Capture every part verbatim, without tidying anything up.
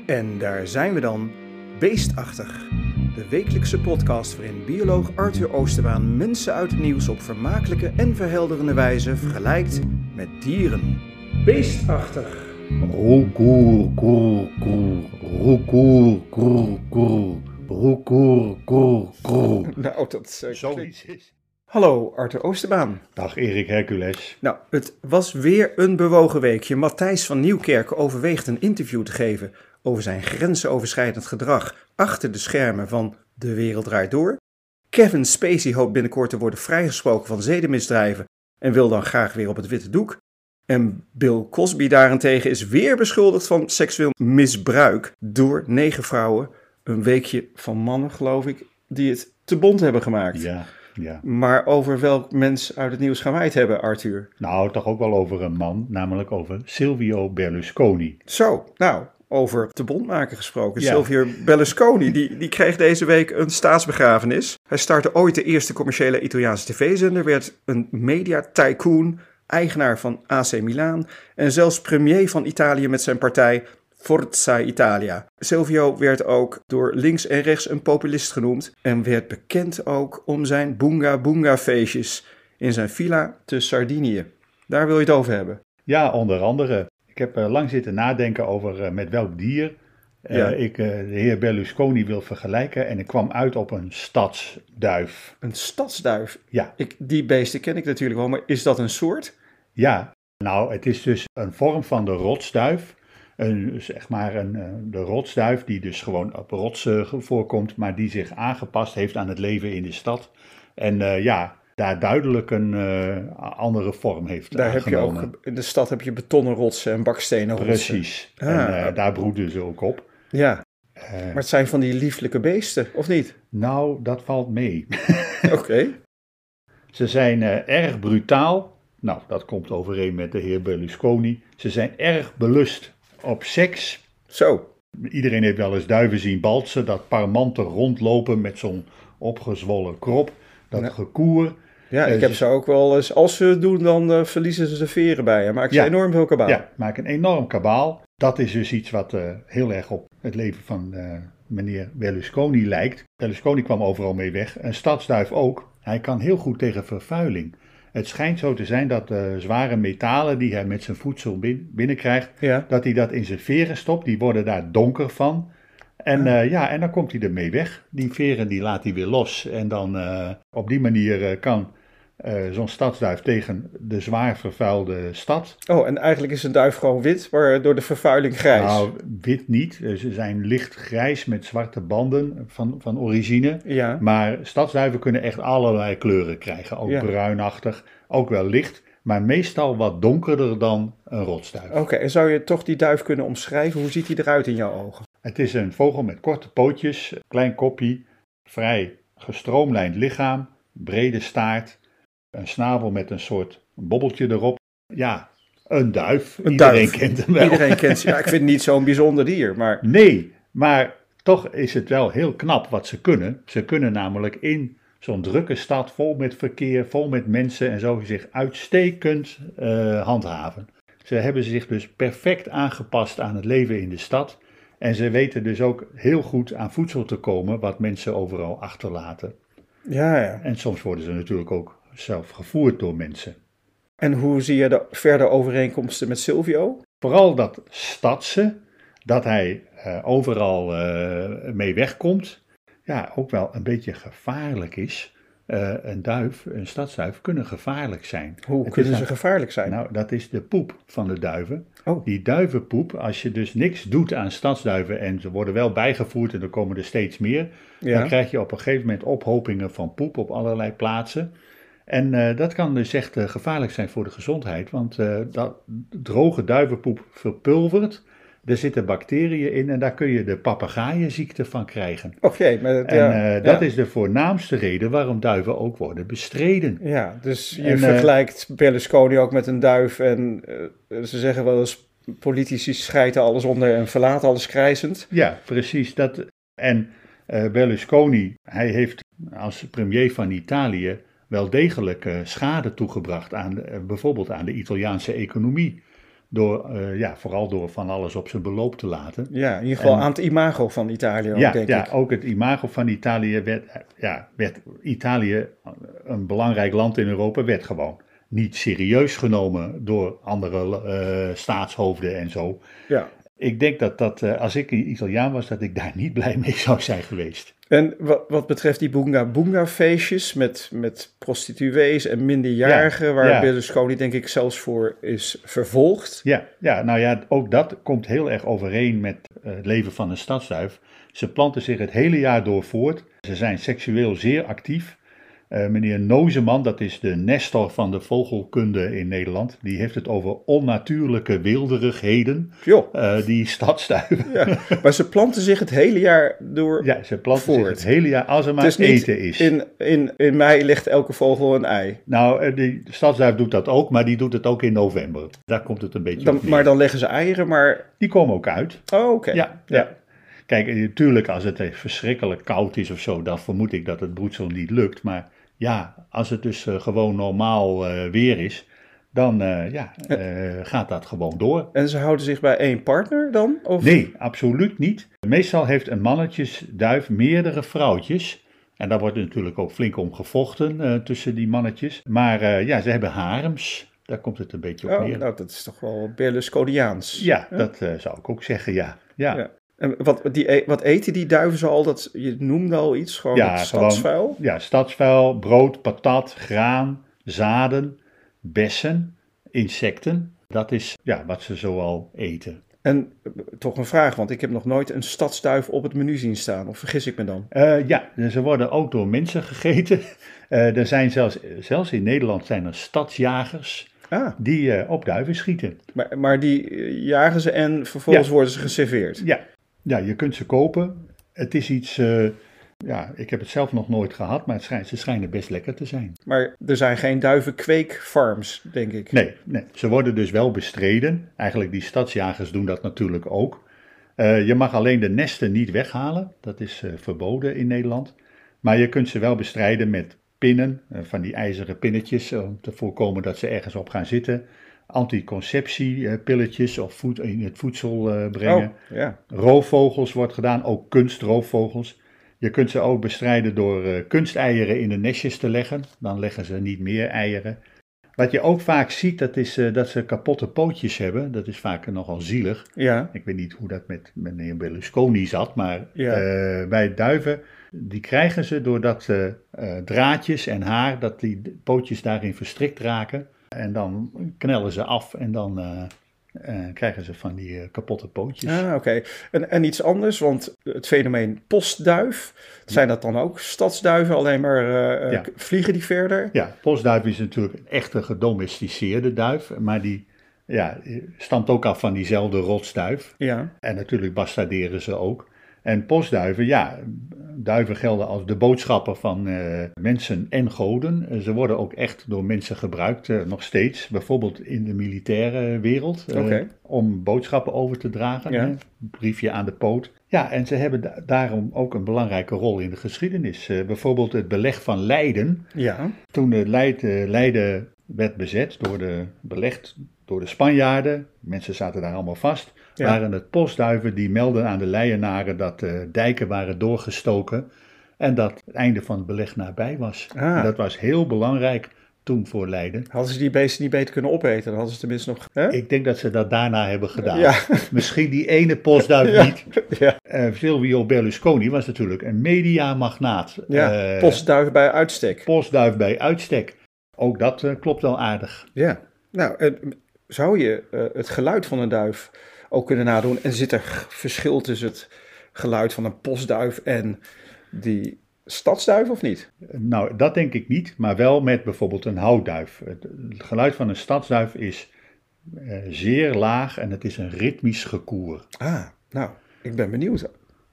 En daar zijn we dan, Beestachtig. De wekelijkse podcast waarin bioloog Arthur Oosterbaan mensen uit het nieuws op vermakelijke en verhelderende wijze vergelijkt met dieren. Beestachtig. Roekoer, koer, koer, roekoer, koer, koer, roekoer, koer, koer. Nou, dat uh, Zoiets is. Hallo Arthur Oosterbaan. Dag Erik Hercules. Nou, het was weer een bewogen weekje. Matthijs van Nieuwkerk overweegt een interview te geven over zijn grensoverschrijdend gedrag achter de schermen van De Wereld Draait Door. Kevin Spacey hoopt binnenkort te worden vrijgesproken van zedenmisdrijven en wil dan graag weer op het witte doek. En Bill Cosby daarentegen is weer beschuldigd van seksueel misbruik door negen vrouwen. Een weekje van mannen, geloof ik, die het te bont hebben gemaakt. Ja, ja. Maar over welk mens uit het nieuws gaan wij het hebben, Arthur? Nou, toch ook wel over een man, namelijk over Silvio Berlusconi. Zo, nou, over te bont maken gesproken. Ja. Silvio Berlusconi, die, die kreeg deze week een staatsbegrafenis. Hij startte ooit de eerste commerciële Italiaanse tv-zender, werd een media-tycoon, eigenaar van A C Milan en zelfs premier van Italië met zijn partij Forza Italia. Silvio werd ook door links en rechts een populist genoemd en werd bekend ook om zijn boonga boonga feestjes in zijn villa te Sardinië. Daar wil je het over hebben. Ja, onder andere. Ik heb uh, lang zitten nadenken over uh, met welk dier uh, Ja. ik uh, de heer Berlusconi wil vergelijken en ik kwam uit op een stadsduif. Een stadsduif. Ja, Ik, die beesten ken ik natuurlijk wel, maar is dat een soort? ja. Nou, het is dus een vorm van de rotsduif. Een, zeg maar een, uh, de rotsduif die dus gewoon op rotsen voorkomt, maar die zich aangepast heeft aan het leven in de stad. En uh, ja, daar duidelijk een uh, andere vorm heeft Daar heb je aangenomen. ook, in de stad heb je betonnen rotsen en bakstenen rotsen. Precies. Ah. En uh, daar broeden ze ook op. Ja, Uh, maar het zijn van die lieflijke beesten, of niet? nou, dat valt mee. Oké. Ze zijn uh, erg brutaal. Nou, dat komt overeen met de heer Berlusconi. Ze zijn erg belust op seks. Zo. Iedereen heeft wel eens duiven zien balsen, dat parmanten rondlopen met zo'n opgezwollen krop, dat Ja. gekoer. Ja, Eh, ik heb ze- ze ook wel eens, als ze het doen, dan uh, verliezen ze de veren bij en maken ze Ja. enorm veel kabaal. Ja, maak een enorm kabaal. Dat is dus iets wat uh, heel erg op het leven van uh, meneer Berlusconi lijkt. Berlusconi kwam overal mee weg, een stadsduif ook. Hij kan heel goed tegen vervuiling. Het schijnt zo te zijn dat uh, zware metalen die hij met zijn voedsel bin- binnenkrijgt, Ja. dat hij dat in zijn veren stopt. Die worden daar donker van. En, Ah. uh, ja, en dan komt hij ermee weg. Die veren die laat hij weer los. En dan uh, op die manier uh, kan uh, zo'n stadsduif tegen de zwaar vervuilde stad. Oh, en eigenlijk is een duif gewoon wit, maar door de vervuiling grijs. Nou, wit niet. Uh, Ze zijn licht grijs met zwarte banden van, van origine. Ja. Maar stadsduiven kunnen echt allerlei kleuren krijgen. Ook Ja. bruinachtig, ook wel licht. Maar meestal wat donkerder dan een rotsduif. Oké, en zou je toch die duif kunnen omschrijven? Hoe ziet hij eruit in jouw ogen? Het is een vogel met korte pootjes, klein kopje, vrij gestroomlijnd lichaam, brede staart, een snavel met een soort bobbeltje erop. Ja, een duif. Een Iedereen duif. kent hem wel. Iedereen kent ze. Ja, ik vind het niet zo'n bijzonder dier, maar Nee, maar toch is het wel heel knap wat ze kunnen. Ze kunnen namelijk in zo'n drukke stad vol met verkeer, vol met mensen en zo zich uitstekend uh, handhaven. Ze hebben zich dus perfect aangepast aan het leven in de stad. En ze weten dus ook heel goed aan voedsel te komen wat mensen overal achterlaten. ja, ja. En soms worden ze natuurlijk ook zelf gevoerd door mensen. En hoe zie je de verder overeenkomsten met Silvio? Vooral dat stadse, dat hij uh, overal uh, mee wegkomt, ja, ook wel een beetje gevaarlijk is. Uh, een duif, een stadsduif, kunnen gevaarlijk zijn. Hoe Het kunnen is ze dan- gevaarlijk zijn? Nou, dat is de poep van de duiven. Oh. Die duivenpoep, als je dus niks doet aan stadsduiven en ze worden wel bijgevoerd en er komen er steeds meer, Ja. dan krijg je op een gegeven moment ophopingen van poep op allerlei plaatsen. En uh, dat kan dus echt uh, gevaarlijk zijn voor de gezondheid, want uh, dat droge duivenpoep verpulvert. Er zitten bacteriën in en daar kun je de papegaaienziekte van krijgen. Oké, maar En ja, uh, dat ja. is de voornaamste reden waarom duiven ook worden bestreden. Ja, dus je En, uh, vergelijkt Berlusconi ook met een duif en uh, ze zeggen wel eens politici schijten alles onder en verlaten alles krijzend. Ja, precies. Dat. En uh, Berlusconi, hij heeft als premier van Italië wel degelijk uh, schade toegebracht aan de, uh, bijvoorbeeld aan de Italiaanse economie. Door, uh, ja, vooral door van alles op zijn beloop te laten. Ja, in ieder geval en, aan het imago van Italië, ja, denk ja, ik. ook het imago van Italië werd, ja, werd Italië, een belangrijk land in Europa, werd gewoon niet serieus genomen door andere uh, staatshoofden en zo. Ja. Ik denk dat, dat uh, als ik Italiaan was, dat ik daar niet blij mee zou zijn geweest. En wat, wat betreft die Boonga Boonga feestjes met, met prostituees en minderjarigen, ja, waar ja. Berlusconi denk ik zelfs voor is vervolgd. Ja, ja, nou ja, ook dat komt heel erg overeen met uh, het leven van een stadsduif. Ze planten zich het hele jaar door voort. Ze zijn seksueel zeer actief. Uh, meneer Nozeman, dat is de Nestor van de vogelkunde in Nederland, die heeft het over onnatuurlijke wilderigheden, uh, die stadsduiven. Ja, maar ze planten zich het hele jaar door Ja, ze planten voort. zich het hele jaar, als er maar dus eten is. In, in, in mei legt elke vogel een ei. Nou, de stadsduif doet dat ook, maar die doet het ook in november. Daar komt het een beetje dan, op neer. Maar dan leggen ze eieren, maar... Die komen ook uit. Oh, oké. Okay. Ja, ja. ja. Kijk, natuurlijk als het verschrikkelijk koud is of zo, dan vermoed ik dat het broedsel niet lukt, maar... Ja, als het dus uh, gewoon normaal uh, weer is, dan uh, ja, uh, gaat dat gewoon door. En ze houden zich bij één partner dan? Of? Nee, absoluut niet. Meestal heeft een mannetjesduif meerdere vrouwtjes. En daar wordt natuurlijk ook flink om gevochten uh, tussen die mannetjes. Maar uh, ja, ze hebben harems. Daar komt het een beetje op oh, neer. Nou, dat is toch wel Berlusconiaans. Ja, ja. dat uh, zou ik ook zeggen, ja. ja. ja. En wat, die, wat eten die duiven zo al? Dat, je noemde al iets, gewoon ja, het stadsvuil? Gewoon, ja, stadsvuil, brood, patat, graan, zaden, bessen, insecten. Dat is ja, wat ze zoal eten. En toch een vraag, want ik heb nog nooit een stadsduif op het menu zien staan. Of vergis ik me dan? Uh, ja, ze worden ook door mensen gegeten. Uh, er zijn zelfs, zelfs in Nederland zijn er stadsjagers ah. die uh, op duiven schieten. Maar, maar die uh, jagen ze en vervolgens ja. worden ze geserveerd? Ja. Ja, je kunt ze kopen. Het is iets, uh, ja, ik heb het zelf nog nooit gehad, maar het schijnt, ze schijnen best lekker te zijn. Maar er zijn geen duivenkweekfarms, denk ik. Nee, nee, ze worden dus wel bestreden. Eigenlijk die stadsjagers doen dat natuurlijk ook. Uh, je mag alleen de nesten niet weghalen, dat is uh, verboden in Nederland. Maar je kunt ze wel bestrijden met pinnen, uh, van die ijzeren pinnetjes, om te voorkomen dat ze ergens op gaan zitten. Anticonceptiepilletjes of voed, in het voedsel uh, brengen. Oh, ja. Roofvogels wordt gedaan, ook kunstroofvogels. Je kunt ze ook bestrijden door uh, kunsteieren in de nestjes te leggen. Dan leggen ze niet meer eieren. Wat je ook vaak ziet, dat is uh, dat ze kapotte pootjes hebben. Dat is vaak nogal zielig. Ja. Ik weet niet hoe dat met meneer Berlusconi zat, maar ja. uh, bij duiven, die krijgen ze doordat uh, uh, draadjes en haar, dat die pootjes daarin verstrikt raken. En dan knellen ze af en dan uh, uh, krijgen ze van die uh, kapotte pootjes. Ah, oké. Okay. En, en iets anders, want het fenomeen postduif, zijn dat dan ook stadsduiven, alleen maar uh, ja. vliegen die verder? Ja, postduif is natuurlijk een echte gedomesticeerde duif, maar die ja, stamt ook af van diezelfde rotsduif. Ja. En natuurlijk bastarderen ze ook. En postduiven, ja, duiven gelden als de boodschapper van uh, mensen en goden. Ze worden ook echt door mensen gebruikt, uh, nog steeds. Bijvoorbeeld in de militaire wereld, uh, okay. om boodschappen over te dragen. Ja. Hè? Briefje aan de poot. Ja, en ze hebben da- daarom ook een belangrijke rol in de geschiedenis. Uh, bijvoorbeeld het beleg van Leiden. Ja. Toen uh, Leid, uh, Leiden werd bezet, door de, belegd door de Spanjaarden, mensen zaten daar allemaal vast, ja. waren het postduiven die melden aan de Leidenaren dat de dijken waren doorgestoken en dat het einde van het beleg nabij was. Ah. En dat was heel belangrijk toen voor Leiden. Hadden ze die beesten niet beter kunnen opeten, dan hadden ze tenminste nog... Hè? Ik denk dat ze dat daarna hebben gedaan. Ja. Misschien die ene postduif ja. niet. Ja. Uh, Silvio Berlusconi was natuurlijk een mediamagnaat. Ja, uh, postduif bij uitstek. Postduif bij uitstek. Ook dat uh, klopt wel aardig. Ja, nou, uh, zou je uh, het geluid van een duif ook kunnen nadoen? En zit er verschil tussen het geluid van een postduif en die stadsduif of niet? Nou, dat denk ik niet, maar wel met bijvoorbeeld een houtduif. Het, het geluid van een stadsduif is uh, zeer laag en het is een ritmisch gekoer. Ah, nou, ik ben benieuwd.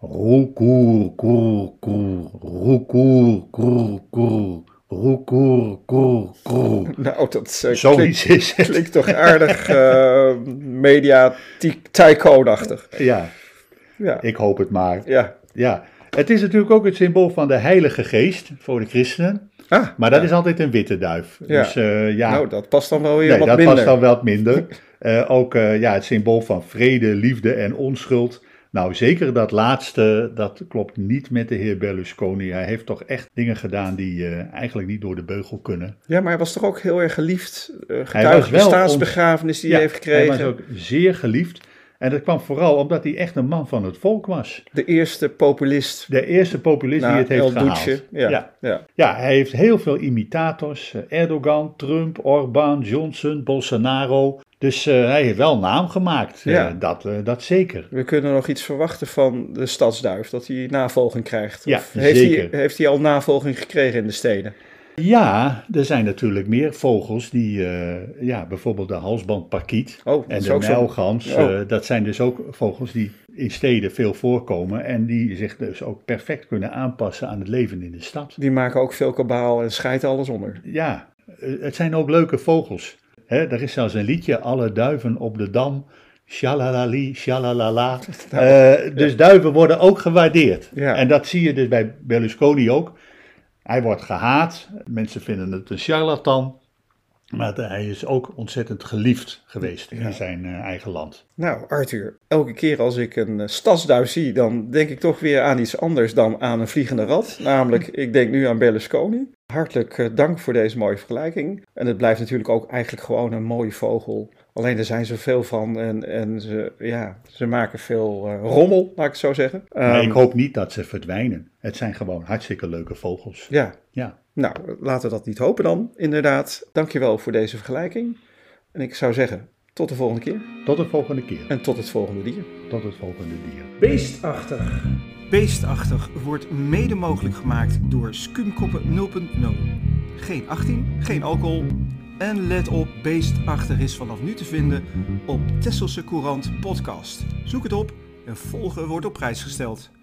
Roekoer, koer, koer, roekoer, koer, koer. Roekoer, koer, koer. Nou, dat uh, Zoiets klinkt, is het. klinkt toch aardig uh, media tycoon-achtig. Ja. ja, ik hoop het maar. Ja. Ja. Het is natuurlijk ook het symbool van de Heilige Geest voor de christenen. Ah, maar dat ja. is altijd een witte duif. Ja. Dus, uh, ja. Nou, dat past dan wel weer nee, wat dat minder. past dan wel wat minder. Uh, ook uh, ja, het symbool van vrede, liefde en onschuld. Nou, zeker dat laatste, dat klopt niet met de heer Berlusconi. Hij heeft toch echt dingen gedaan die uh, eigenlijk niet door de beugel kunnen. Ja, maar hij was toch ook heel erg geliefd? Uh, getuige de staatsbegrafenis die ja, hij heeft gekregen. Hij was ook zeer geliefd. En dat kwam vooral omdat hij echt een man van het volk was. De eerste populist. De eerste populist die het heeft El gehaald. Duce. Ja, ja. Ja. ja, hij heeft heel veel imitators. Erdogan, Trump, Orbán, Johnson, Bolsonaro. Dus uh, hij heeft wel naam gemaakt. Ja. Uh, dat, uh, dat zeker. We kunnen nog iets verwachten van de stadsduif. Dat hij navolging krijgt. Ja, of heeft zeker. Hij, heeft hij al navolging gekregen in de steden? Ja, er zijn natuurlijk meer vogels die, uh, ja, bijvoorbeeld de halsbandparkiet oh, en de muilgans. Oh. Uh, dat zijn dus ook vogels die in steden veel voorkomen en die zich dus ook perfect kunnen aanpassen aan het leven in de stad. Die maken ook veel kabaal en scheiden alles onder. Ja, uh, het zijn ook leuke vogels. Hè, er is zelfs een liedje, alle duiven op de dam. Shalalali, shalalala. Uh, dus ja. Duiven worden ook gewaardeerd. Ja. En dat zie je dus bij Berlusconi ook. Hij wordt gehaat, mensen vinden het een charlatan, maar hij is ook ontzettend geliefd geweest ja. in zijn uh, eigen land. Nou Arthur, elke keer als ik een uh, stadsduif zie, dan denk ik toch weer aan iets anders dan aan een vliegende rat. Namelijk, ik denk nu aan Berlusconi. Hartelijk uh, dank voor deze mooie vergelijking. En het blijft natuurlijk ook eigenlijk gewoon een mooie vogel. Alleen er zijn zoveel van en, en ze, ja, ze maken veel uh, rommel, laat ik het zo zeggen. Maar um, ik hoop niet dat ze verdwijnen. Het zijn gewoon hartstikke leuke vogels. Ja. ja. Nou, laten we dat niet hopen dan, inderdaad. Dankjewel voor deze vergelijking. En ik zou zeggen, tot de volgende keer. Tot de volgende keer. En tot het volgende dier. Tot het volgende dier. Beestachtig. Beestachtig wordt mede mogelijk gemaakt door Skumkoppen nul punt nul. Geen achttien, geen alcohol. En let op, Beestachtig is vanaf nu te vinden op Tesselse Courant Podcast. Zoek het op en volgen wordt op prijs gesteld.